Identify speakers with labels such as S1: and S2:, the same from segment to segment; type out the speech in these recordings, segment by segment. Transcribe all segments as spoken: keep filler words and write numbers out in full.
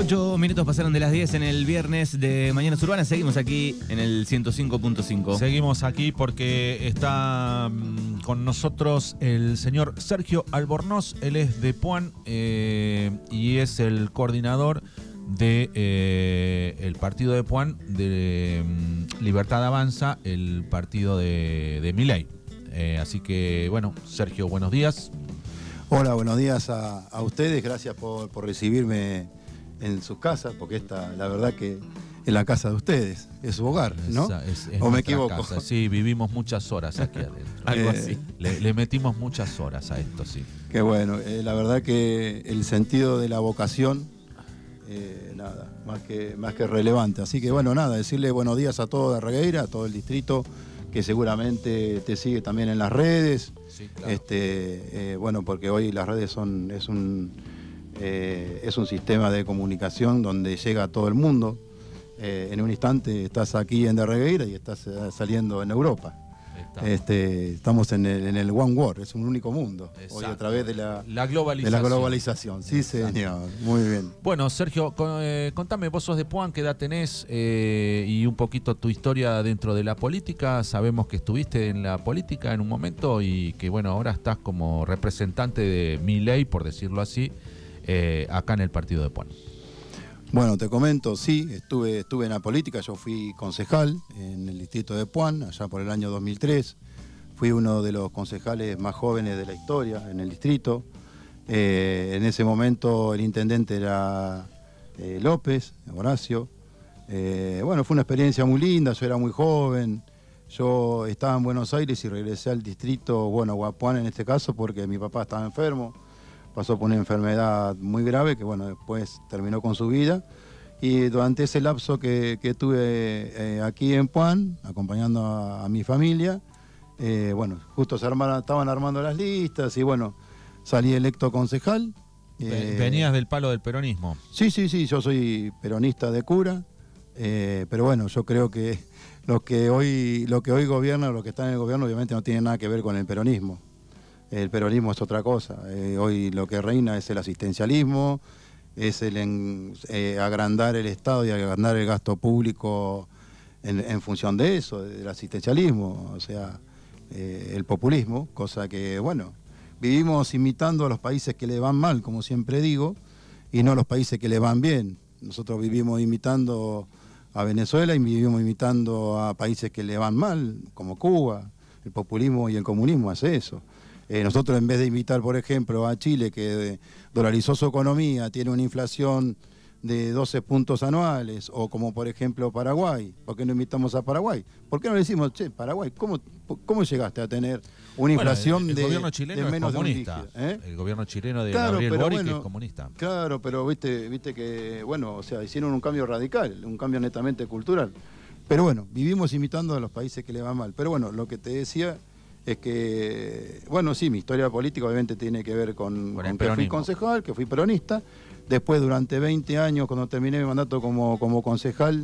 S1: Ocho minutos pasaron de las diez en el viernes de Mañanas Urbanas. Seguimos aquí en el ciento cinco punto cinco.
S2: Seguimos aquí porque está mm, con nosotros el señor Sergio Albornoz. Él es de Puan eh, y es el coordinador de eh, el partido de Puan de mm, Libertad Avanza, el partido de, de Milei. Eh, así que, bueno, Sergio, buenos días.
S3: Hola, buenos días a, a ustedes. Gracias por, por recibirme en sus casas, porque esta, la verdad que es la casa de ustedes, es su hogar, ¿no?
S2: Esa, es, es
S3: ¿O me equivoco?
S2: Casa. Sí, vivimos muchas horas aquí adentro.
S1: Algo
S3: Eh,
S1: así.
S2: Le, le metimos muchas horas a esto, sí.
S3: Qué bueno, eh, la verdad que el sentido de la vocación, eh, nada, más que, más que relevante. Así que bueno, nada, decirle buenos días a todo de Regueira, a todo el distrito, que seguramente te sigue también en las redes.
S2: Sí, claro.
S3: Este, eh, bueno, porque hoy las redes son, es un, eh, es un sistema de comunicación donde llega a todo el mundo. Eh, en un instante estás aquí en De Regueira y estás eh, saliendo en Europa.
S2: Está.
S3: Este, estamos en el, en el One World, es un único mundo.
S2: Exacto.
S3: Hoy a través de la,
S2: La globalización.
S3: de la globalización. Sí,
S2: Exacto.
S3: señor. Muy bien.
S2: Bueno, Sergio, con- eh, contame, vos sos de Puan, qué edad tenés eh, y un poquito tu historia dentro de la política. Sabemos que estuviste en la política en un momento y que, bueno, ahora estás como representante de Milei, por decirlo así, eh, acá en el partido de Puan.
S3: Bueno, te comento, sí, estuve, estuve en la política, yo fui concejal en el distrito de Puan, allá por el año dos mil tres. Fui uno de los concejales más jóvenes de la historia en el distrito. Eh, en ese momento el intendente era eh, López, Horacio. Eh, bueno, fue una experiencia muy linda, yo era muy joven. Yo estaba en Buenos Aires y regresé al distrito, bueno, a Puan en este caso, porque mi papá estaba enfermo. Pasó por una enfermedad muy grave que, bueno, después terminó con su vida. Y durante ese lapso que, que estuve eh, aquí en Puan, acompañando a, a mi familia, eh, bueno, justo se armaron, estaban armando las listas y, bueno, salí electo concejal.
S2: Ve-
S3: Eh,
S2: Venías del palo del peronismo.
S3: Sí, sí, sí, yo soy peronista de cura, eh, pero bueno, yo creo que lo que hoy, lo que hoy gobierna, lo que está en el gobierno, obviamente no tiene nada que ver con el peronismo. El peronismo es otra cosa. Eh, hoy lo que reina es el asistencialismo, es el en, eh, agrandar el Estado y agrandar el gasto público en, en función de eso, del asistencialismo, o sea, eh, el populismo, cosa que, bueno, vivimos imitando a los países que le van mal, como siempre digo, y no a los países que le van bien. Nosotros vivimos imitando a Venezuela y vivimos imitando a países que le van mal, como Cuba. El populismo y el comunismo hace eso. Eh, nosotros, en vez de imitar, por ejemplo, a Chile, que eh, dolarizó su economía, tiene una inflación de doce puntos anuales, o como por ejemplo Paraguay, ¿por qué no imitamos a Paraguay? ¿Por qué no le decimos, che, Paraguay, ¿cómo, cómo llegaste a tener una inflación
S2: Bueno, el, el
S3: de,
S2: gobierno chileno
S3: de menos
S2: es
S3: de un
S2: comunista.
S3: dígito? ¿Eh?
S2: El gobierno chileno de
S3: Claro,
S2: Gabriel
S3: pero
S2: Boric
S3: bueno,
S2: es comunista.
S3: Claro, pero viste, viste que, bueno, o sea, hicieron un cambio radical, un cambio netamente cultural. Pero bueno, vivimos imitando a los países que le van mal. Pero bueno, lo que te decía es que, bueno, sí, mi historia política obviamente tiene que ver con,
S2: Con el
S3: con que fui
S2: peronismo.
S3: concejal, que fui peronista. Después, durante veinte años, cuando terminé mi mandato como, como concejal,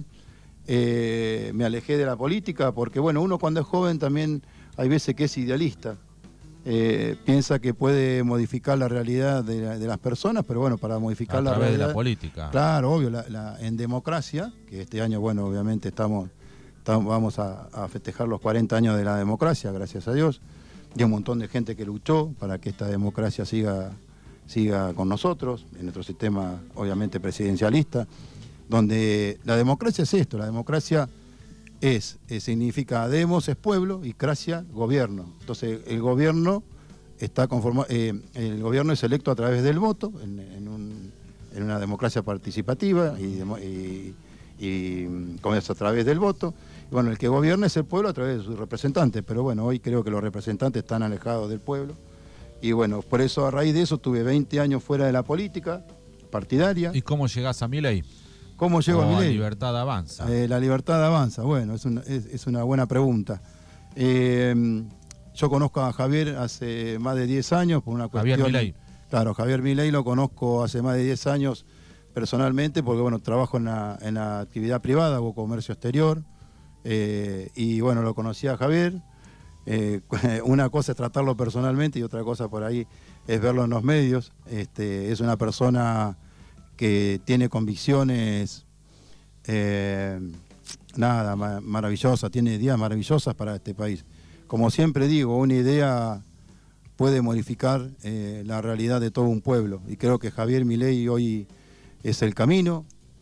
S3: eh, me alejé de la política, porque, bueno, uno cuando es joven también hay veces que es idealista. Eh, piensa que puede modificar la realidad de, la- de las personas, pero bueno, para modificar
S2: A
S3: la
S2: través de
S3: realidad...
S2: la política.
S3: Claro, obvio, la- la- en democracia, que este año, bueno, obviamente estamos, estamos- vamos a, a festejar los cuarenta años de la democracia, gracias a Dios, y un montón de gente que luchó para que esta democracia siga, siga con nosotros, en nuestro sistema, obviamente, presidencialista, donde la democracia es esto, la democracia es, eh, significa demos es pueblo y cracia gobierno. Entonces el gobierno está conformado, eh, el gobierno es electo a través del voto, en, en un- en una democracia participativa y, demo- y, y, mm, como es a través del voto. Y bueno, el que gobierna es el pueblo a través de sus representantes, pero bueno, hoy creo que los representantes están alejados del pueblo. Y bueno, por eso a raíz de eso tuve veinte años fuera de la política partidaria.
S2: ¿Y cómo llegás a Milei?
S3: ¿Cómo llego
S2: O
S3: a mi ley?
S2: Libertad Avanza.
S3: Eh, la libertad avanza, bueno, es una, es, es una buena pregunta. Eh, yo conozco a Javier hace más de diez años por una cuestión...
S2: Javier Milei.
S3: Claro, Javier Milei lo conozco hace más de diez años personalmente porque, bueno, trabajo en la, en la actividad privada, hago comercio exterior, eh, y bueno, lo conocí a Javier. Eh, una cosa es tratarlo personalmente y otra cosa por ahí es verlo en los medios. Este, es una persona que tiene convicciones, eh, nada, ma maravillosas, tiene ideas maravillosas para este país. Como siempre digo, una idea puede modificar eh, la realidad de todo un pueblo, y creo que Javier Milei hoy es el camino.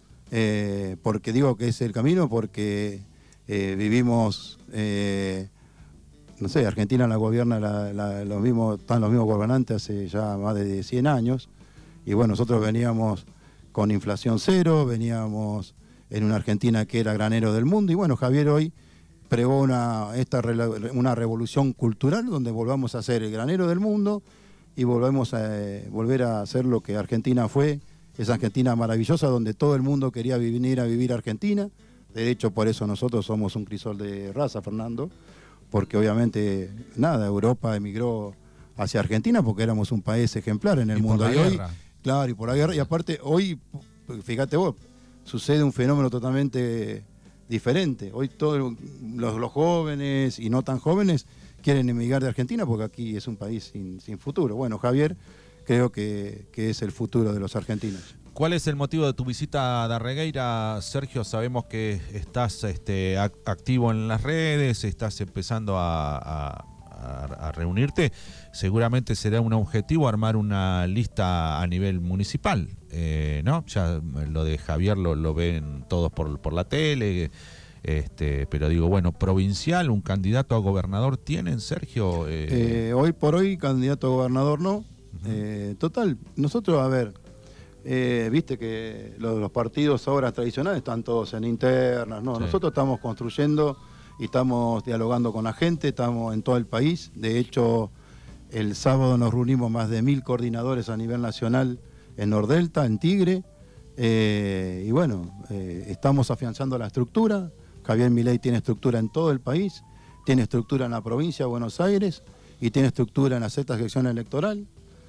S3: Eh, porque digo que es el camino porque eh, vivimos, eh, no sé, Argentina la gobierna la, la, los mismos, están los mismos gobernantes hace ya más de cien años, y bueno, nosotros veníamos con inflación cero, veníamos en una Argentina que era granero del mundo, y bueno, Javier hoy pregó una, esta, una revolución cultural donde volvamos a ser el granero del mundo y volvemos a eh, volver a ser lo que Argentina fue. Esa Argentina maravillosa donde todo el mundo quería venir a vivir a Argentina. De hecho, por eso nosotros somos un crisol de raza, Fernando, porque obviamente, nada, Europa emigró hacia Argentina porque éramos un país ejemplar en el
S2: y
S3: mundo.
S2: Por la
S3: y hoy,
S2: guerra.
S3: claro, y por la guerra. Y aparte, hoy, fíjate vos, sucede un fenómeno totalmente diferente. Hoy todos los, los jóvenes y no tan jóvenes quieren emigrar de Argentina porque aquí es un país sin, sin futuro. Bueno, Javier, creo que, que es el futuro de los argentinos.
S2: ¿Cuál es el motivo de tu visita a Darregueira, Sergio? Sabemos que estás este, activo en las redes, estás empezando a, a, a reunirte. Seguramente será un objetivo armar una lista a nivel municipal, eh, ¿no? Ya lo de Javier lo, lo ven todos por, por la tele, este, pero digo, bueno, provincial, un candidato a gobernador tienen, Sergio.
S3: Eh... Eh, hoy por hoy, candidato a gobernador no. Eh, total, nosotros, a ver, eh, viste que los, los partidos ahora tradicionales están todos en internas, ¿no? Sí. Nosotros estamos construyendo y estamos dialogando con la gente, estamos en todo el país. De hecho, el sábado nos reunimos más de mil coordinadores a nivel nacional en Nordelta, en Tigre, eh, y bueno, eh, estamos afianzando la estructura. Javier Milei tiene estructura en todo el país, tiene estructura en la provincia de Buenos Aires y tiene estructura en la sexta sección electoral.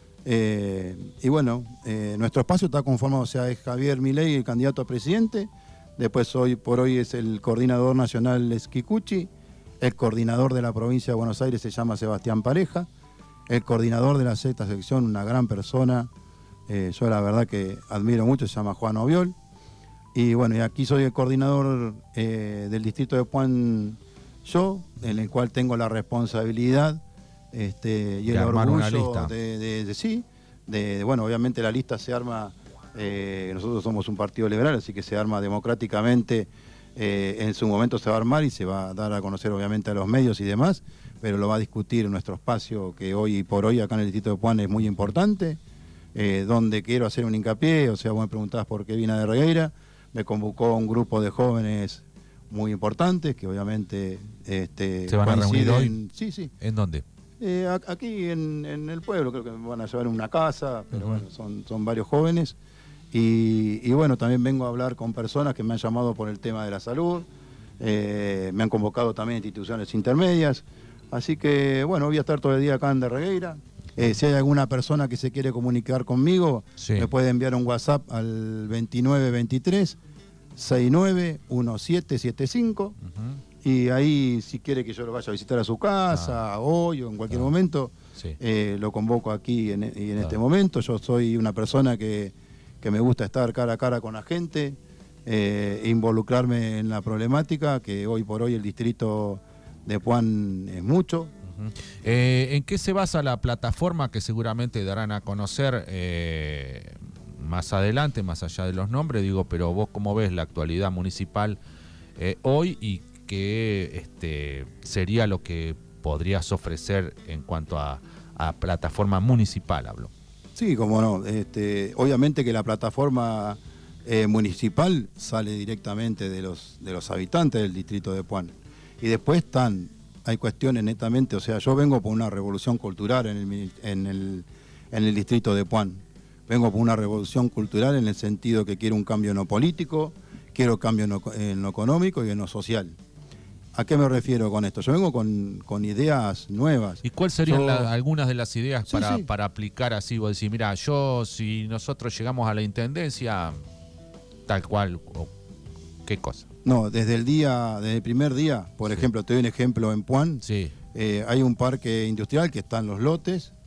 S3: Eh, y bueno, eh, nuestro espacio está conformado, o sea, es Javier Milei, el candidato a presidente, después hoy por hoy es el coordinador nacional Esquicuchi, el coordinador de la provincia de Buenos Aires se llama Sebastián Pareja, el coordinador de la sexta sección, una gran persona, eh, yo la verdad que admiro mucho, se llama Juan Oviol, y bueno, y aquí soy el coordinador eh, del distrito de Puan, yo, en el cual tengo la responsabilidad Este, y el orgullo de, de, de sí, de, de, bueno, obviamente la lista se arma, eh, nosotros somos un partido liberal, así que se arma democráticamente, eh, en su momento se va a armar y se va a dar a conocer obviamente a los medios y demás, pero lo va a discutir en nuestro espacio que hoy por hoy acá en el distrito de Puan es muy importante, eh, donde quiero hacer un hincapié, o sea, vos me preguntás por qué vine a Darregueira, me convocó un grupo de jóvenes muy importantes que obviamente este,
S2: ¿se van a reunir hoy?
S3: Sí, sí.
S2: ¿En dónde?
S3: Eh, aquí en, en el pueblo, creo que me van a llevar una casa, pero uh-huh. bueno, son, son varios jóvenes. Y, y bueno, también vengo a hablar con personas que me han llamado por el tema de la salud, eh, me han convocado también instituciones intermedias. Así que bueno, voy a estar todo el día acá en Darregueira. Eh, si hay alguna persona que se quiere comunicar conmigo, sí. me puede enviar un WhatsApp al veintinueve veintitrés sesenta y nueve diecisiete setenta y cinco. Uh-huh. Y ahí, si quiere que yo lo vaya a visitar a su casa, ah, hoy o en cualquier ah, momento, sí. eh, lo convoco aquí en, y en ah. este momento. Yo soy una persona que, que me gusta estar cara a cara con la gente, eh, involucrarme en la problemática, que hoy por hoy el distrito de Puan es mucho.
S2: Uh-huh. eh, ¿En qué se basa la plataforma que seguramente darán a conocer eh, más adelante, más allá de los nombres? Digo, pero vos cómo ves la actualidad municipal eh, hoy y qué este, sería lo que podrías ofrecer en cuanto a, a plataforma municipal, hablo.
S3: Sí, como no. Este, obviamente que la plataforma eh, municipal sale directamente de los, de los habitantes del distrito de Puan. Y después están, hay cuestiones netamente, o sea, yo vengo por una revolución cultural en el, en el, en el distrito de Puan. Vengo por una revolución cultural en el sentido que quiero un cambio no político, quiero cambio en lo, en lo económico y en lo social. ¿A qué me refiero con esto? Yo vengo con, con ideas nuevas.
S2: ¿Y cuáles serían
S3: yo...
S2: la, algunas de las ideas
S3: sí,
S2: para,
S3: sí.
S2: para aplicar así? Vos decís, mira, yo, si nosotros llegamos a la intendencia, tal cual, o ¿qué cosa?
S3: No, desde el día, desde el primer día, por sí. ejemplo, te doy un ejemplo en Puan,
S2: sí.
S3: eh, hay un parque industrial que está en los lotes,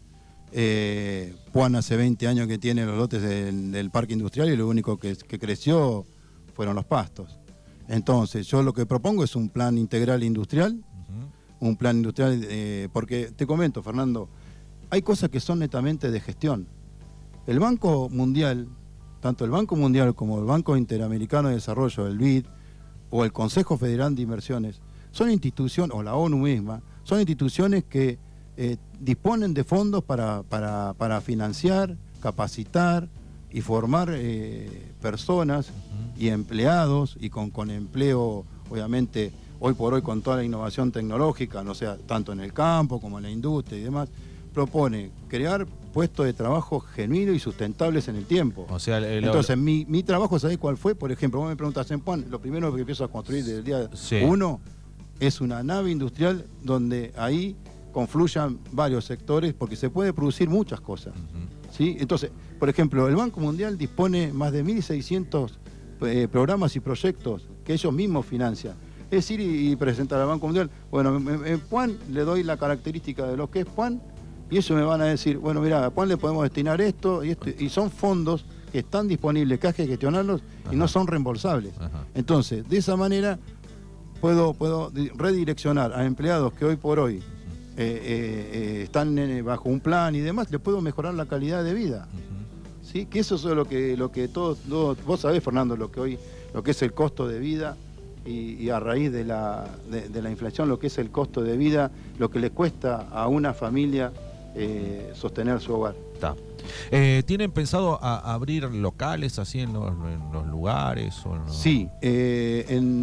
S3: Eh, Puan hace veinte años que tiene los lotes del, del parque industrial y lo único que, que creció fueron los pastos. Entonces, yo lo que propongo es un plan integral industrial, uh-huh. un plan industrial, eh, porque te comento, Fernando, hay cosas que son netamente de gestión. El Banco Mundial, tanto el Banco Mundial como el Banco Interamericano de Desarrollo, el B I D, o el Consejo Federal de Inversiones, son instituciones, o la ONU misma, son instituciones que eh, disponen de fondos para, para, para financiar, capacitar y formar eh, personas uh-huh. y empleados, y con, con empleo, obviamente, hoy por hoy con toda la innovación tecnológica, no sea tanto en el campo como en la industria y demás, propone crear puestos de trabajo genuinos y sustentables en el tiempo.
S2: O sea, el,
S3: Entonces, el, mi, mi trabajo, ¿sabés cuál fue? Por ejemplo, vos me preguntas en Puan, lo primero que empiezo a construir desde el día
S2: sí.
S3: uno es una nave industrial donde ahí confluyan varios sectores, porque se puede producir muchas cosas. Uh-huh. ¿Sí? Entonces, por ejemplo, el Banco Mundial dispone más de mil seiscientos eh, programas y proyectos que ellos mismos financian. Es decir, y, y presentar al Banco Mundial, bueno, en Puan le doy la característica de lo que es Puan, y eso me van a decir, bueno, mira, ¿a cuál le podemos destinar esto? Y, esto, y son fondos que están disponibles, que hay que gestionarlos Ajá. y no son reembolsables. Ajá. Entonces, de esa manera puedo, puedo redireccionar a empleados que hoy por hoy eh, eh, eh, están eh, bajo un plan y demás, le puedo mejorar la calidad de vida. Uh-huh. ¿Sí? Que eso es lo que, lo que todos, todos, vos sabés, Fernando, lo que hoy, lo que es el costo de vida. Y, y a raíz de la, de, de la inflación, lo que es el costo de vida, lo que le cuesta a una familia Eh, sostener su hogar.
S2: Está. Eh, ¿Tienen pensado a abrir locales así en los, en los lugares? O no?
S3: Sí, eh,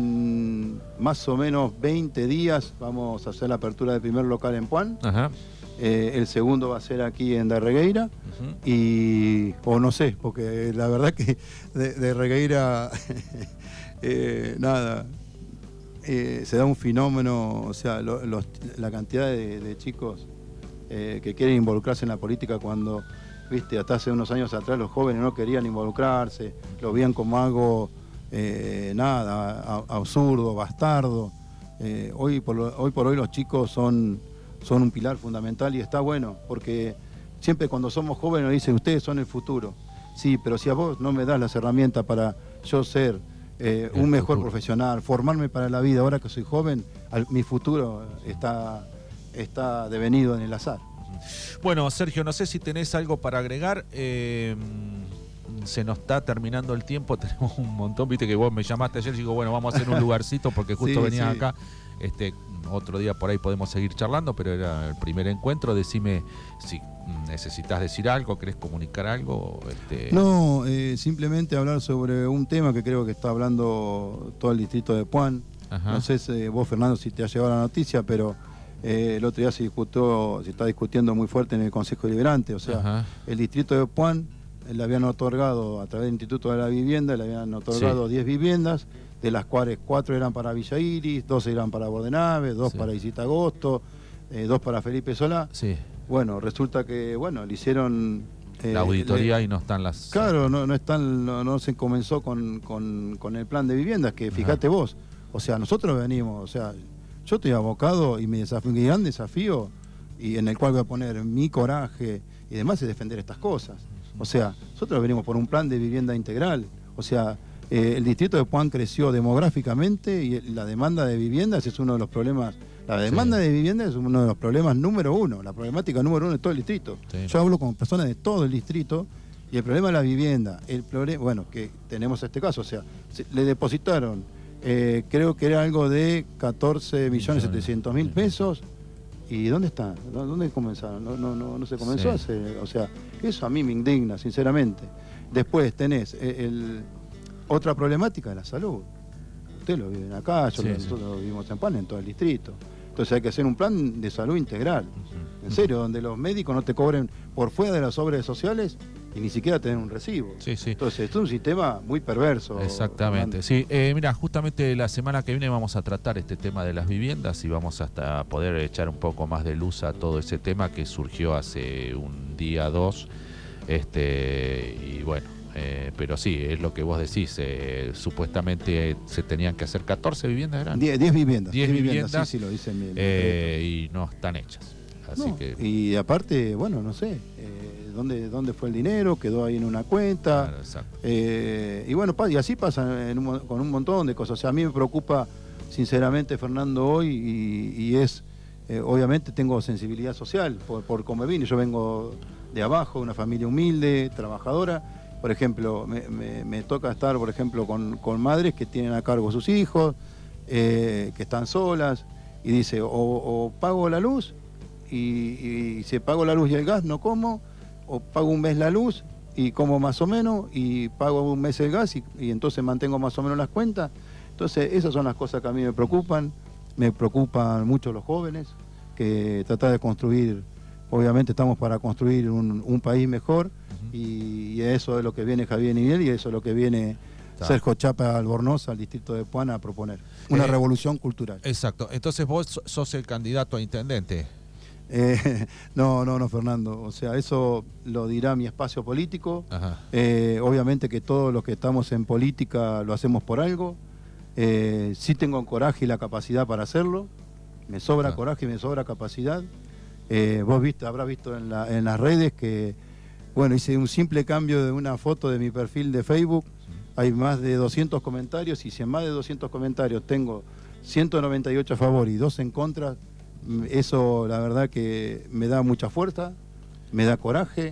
S3: en más o menos veinte días vamos a hacer la apertura del primer local en Puan. Ajá. Eh, el segundo va a ser aquí en Darregueira. Uh-huh. Y, o no sé, porque la verdad que de, de Regueira, eh, nada, eh, se da un fenómeno, o sea, lo, los, la cantidad de, de chicos Eh, que quieren involucrarse en la política cuando, viste, hasta hace unos años atrás los jóvenes no querían involucrarse, lo veían como algo, eh, nada, a, a, absurdo, bastardo. Eh, hoy, por lo, hoy por hoy los chicos son, son un pilar fundamental y está bueno, porque siempre cuando somos jóvenes nos dicen, ustedes son el futuro. Sí, pero si a vos no me das las herramientas para yo ser eh, un mejor futuro. profesional, formarme para la vida, ahora que soy joven, al, mi futuro está... está devenido en el azar.
S2: Bueno, Sergio, no sé si tenés algo para agregar. Eh, se nos está terminando el tiempo, tenemos un montón. Viste que vos me llamaste ayer y digo, bueno, vamos a hacer un lugarcito porque justo sí, venías sí. acá. Este, otro día por ahí podemos seguir charlando, pero era el primer encuentro. Decime si necesitas decir algo, querés comunicar algo. Este...
S3: No, eh, simplemente hablar sobre un tema que creo que está hablando todo el distrito de Puan. Ajá. No sé si vos, Fernando, si te ha llegado la noticia, pero Eh, el otro día se discutió, se está discutiendo muy fuerte en el Consejo Deliberante, o sea, Ajá. el distrito de Puan le habían otorgado, a través del Instituto de la Vivienda, le habían otorgado diez sí. viviendas, de las cuales cuatro eran para Villa Iris, dos eran para Bordenave, dos sí. para Isita Agosto, eh, dos para Felipe Solá. Sí. Bueno, resulta que, bueno, le hicieron...
S2: Eh, la auditoría le, y no están las...
S3: Claro, no, no, están, no, no se comenzó con, con, con el plan de viviendas, que fíjate Ajá. vos, o sea, nosotros venimos, o sea... Yo estoy abocado y mi, desafío, mi gran desafío, y en el cual voy a poner mi coraje y demás, es defender estas cosas. O sea, nosotros venimos por un plan de vivienda integral. O sea, eh, el distrito de Puan creció demográficamente y la demanda de viviendas es uno de los problemas. La demanda sí. de viviendas es uno de los problemas número uno, la problemática número uno de todo el distrito. Sí. Yo hablo con personas de todo el distrito y el problema de la vivienda, el problema, bueno, que tenemos este caso, o sea, se, le depositaron. Eh, creo que era algo de catorce millones setecientos mil pesos. ¿Y dónde está? ¿Dónde comenzaron? No, no, no, no se comenzó sí. a hacer. O sea, eso a mí me indigna, sinceramente. Después tenés el, el, otra problemática de la salud. Ustedes lo viven acá, yo sí, lo, sí. nosotros lo vivimos en Pan, en todo el distrito. Entonces hay que hacer un plan de salud integral. Uh-huh. En serio, donde los médicos no te cobren por fuera de las obras sociales y ni siquiera tener un recibo. Sí, sí. Entonces, esto es un sistema muy perverso.
S2: Exactamente, sí. Eh, mira, justamente la semana que viene vamos a tratar este tema de las viviendas y vamos hasta poder echar un poco más de luz a todo ese tema que surgió hace un día, dos. Este, y bueno, eh, pero sí, es lo que vos decís. Eh, supuestamente se tenían que hacer catorce viviendas, ¿eran?
S3: diez viviendas.
S2: diez viviendas,
S3: viviendas, sí, sí, lo dicen bien.
S2: Eh, y no están hechas. Así
S3: No,
S2: que...
S3: Y aparte, bueno, no sé, eh, ¿dónde, ¿dónde fue el dinero? Quedó ahí en una cuenta.
S2: Claro, exacto.
S3: Eh, y bueno, pa- y así pasa en un, con un montón de cosas. O sea, a mí me preocupa, sinceramente, Fernando, hoy, y, y es, eh, obviamente tengo sensibilidad social por, por cómo vine. Yo vengo de abajo, de una familia humilde, trabajadora. Por ejemplo, me, me- me toca estar, por ejemplo, con, con madres que tienen a cargo sus hijos, eh, que están solas, y dice, o, o pago la luz, y, y si pago la luz y el gas no como, o pago un mes la luz y como más o menos, y pago un mes el gas y, y entonces mantengo más o menos las cuentas. Entonces esas son las cosas que a mí me preocupan, me preocupan mucho los jóvenes, que tratar de construir, obviamente estamos para construir un, un país mejor, uh-huh. y, y eso es lo que viene Javier Nivel y eso es lo que viene Claro. Sergio Chapa Albornoz al distrito de Puan a proponer. Una eh, revolución cultural.
S2: Exacto. Entonces vos sos el candidato a intendente.
S3: Eh, no, no, no, Fernando. O sea, eso lo dirá mi espacio político. Eh, obviamente que todos los que estamos en política lo hacemos por algo. Eh, sí tengo el coraje y la capacidad para hacerlo. Me sobra Ajá. coraje y me sobra capacidad. Eh, vos viste, habrás visto en, la, en las redes que, bueno, hice un simple cambio de una foto de mi perfil de Facebook. Hay más de doscientos comentarios y si en más de doscientos comentarios tengo ciento noventa y ocho a favor y dos en contra, eso la verdad que me da mucha fuerza, me da coraje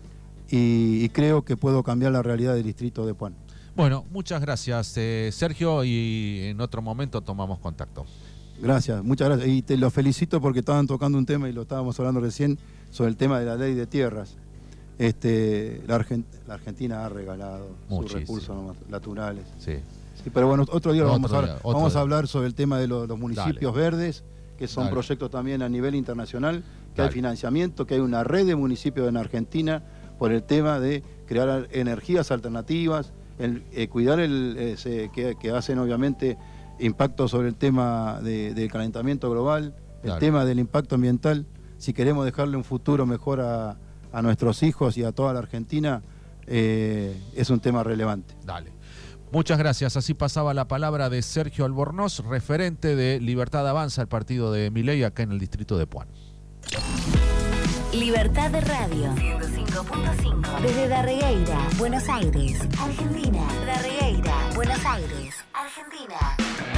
S3: y, y creo que puedo cambiar la realidad del distrito de Puan.
S2: Bueno, muchas gracias eh, Sergio, y en otro momento tomamos contacto.
S3: Gracias, muchas gracias. Y te lo felicito porque estaban tocando un tema y lo estábamos hablando recién sobre el tema de la ley de tierras. Este, la, Argent la Argentina ha regalado Muchísimo. sus recursos naturales.
S2: Sí.
S3: Sí, pero bueno, otro día, otro vamos, a,
S2: día,
S3: vamos
S2: día.
S3: a hablar sobre el tema de los, los municipios Dale. verdes, que son Dale. proyectos también a nivel internacional, que Dale. hay financiamiento, que hay una red de municipios en Argentina por el tema de crear energías alternativas, el, eh, cuidar el ese, que, que hacen obviamente impacto sobre el tema de, del calentamiento global, el Dale. tema del impacto ambiental. Si queremos dejarle un futuro mejor a a nuestros hijos y a toda la Argentina, eh, es un tema relevante.
S2: Dale. Muchas gracias. Así pasaba la palabra de Sergio Albornoz, referente de Libertad Avanza, el partido de Milei acá en el distrito de Puan.
S4: Libertad de Radio ciento cinco punto cinco desde Darregueira, Buenos Aires, Argentina. Darregueira, Buenos Aires, Argentina.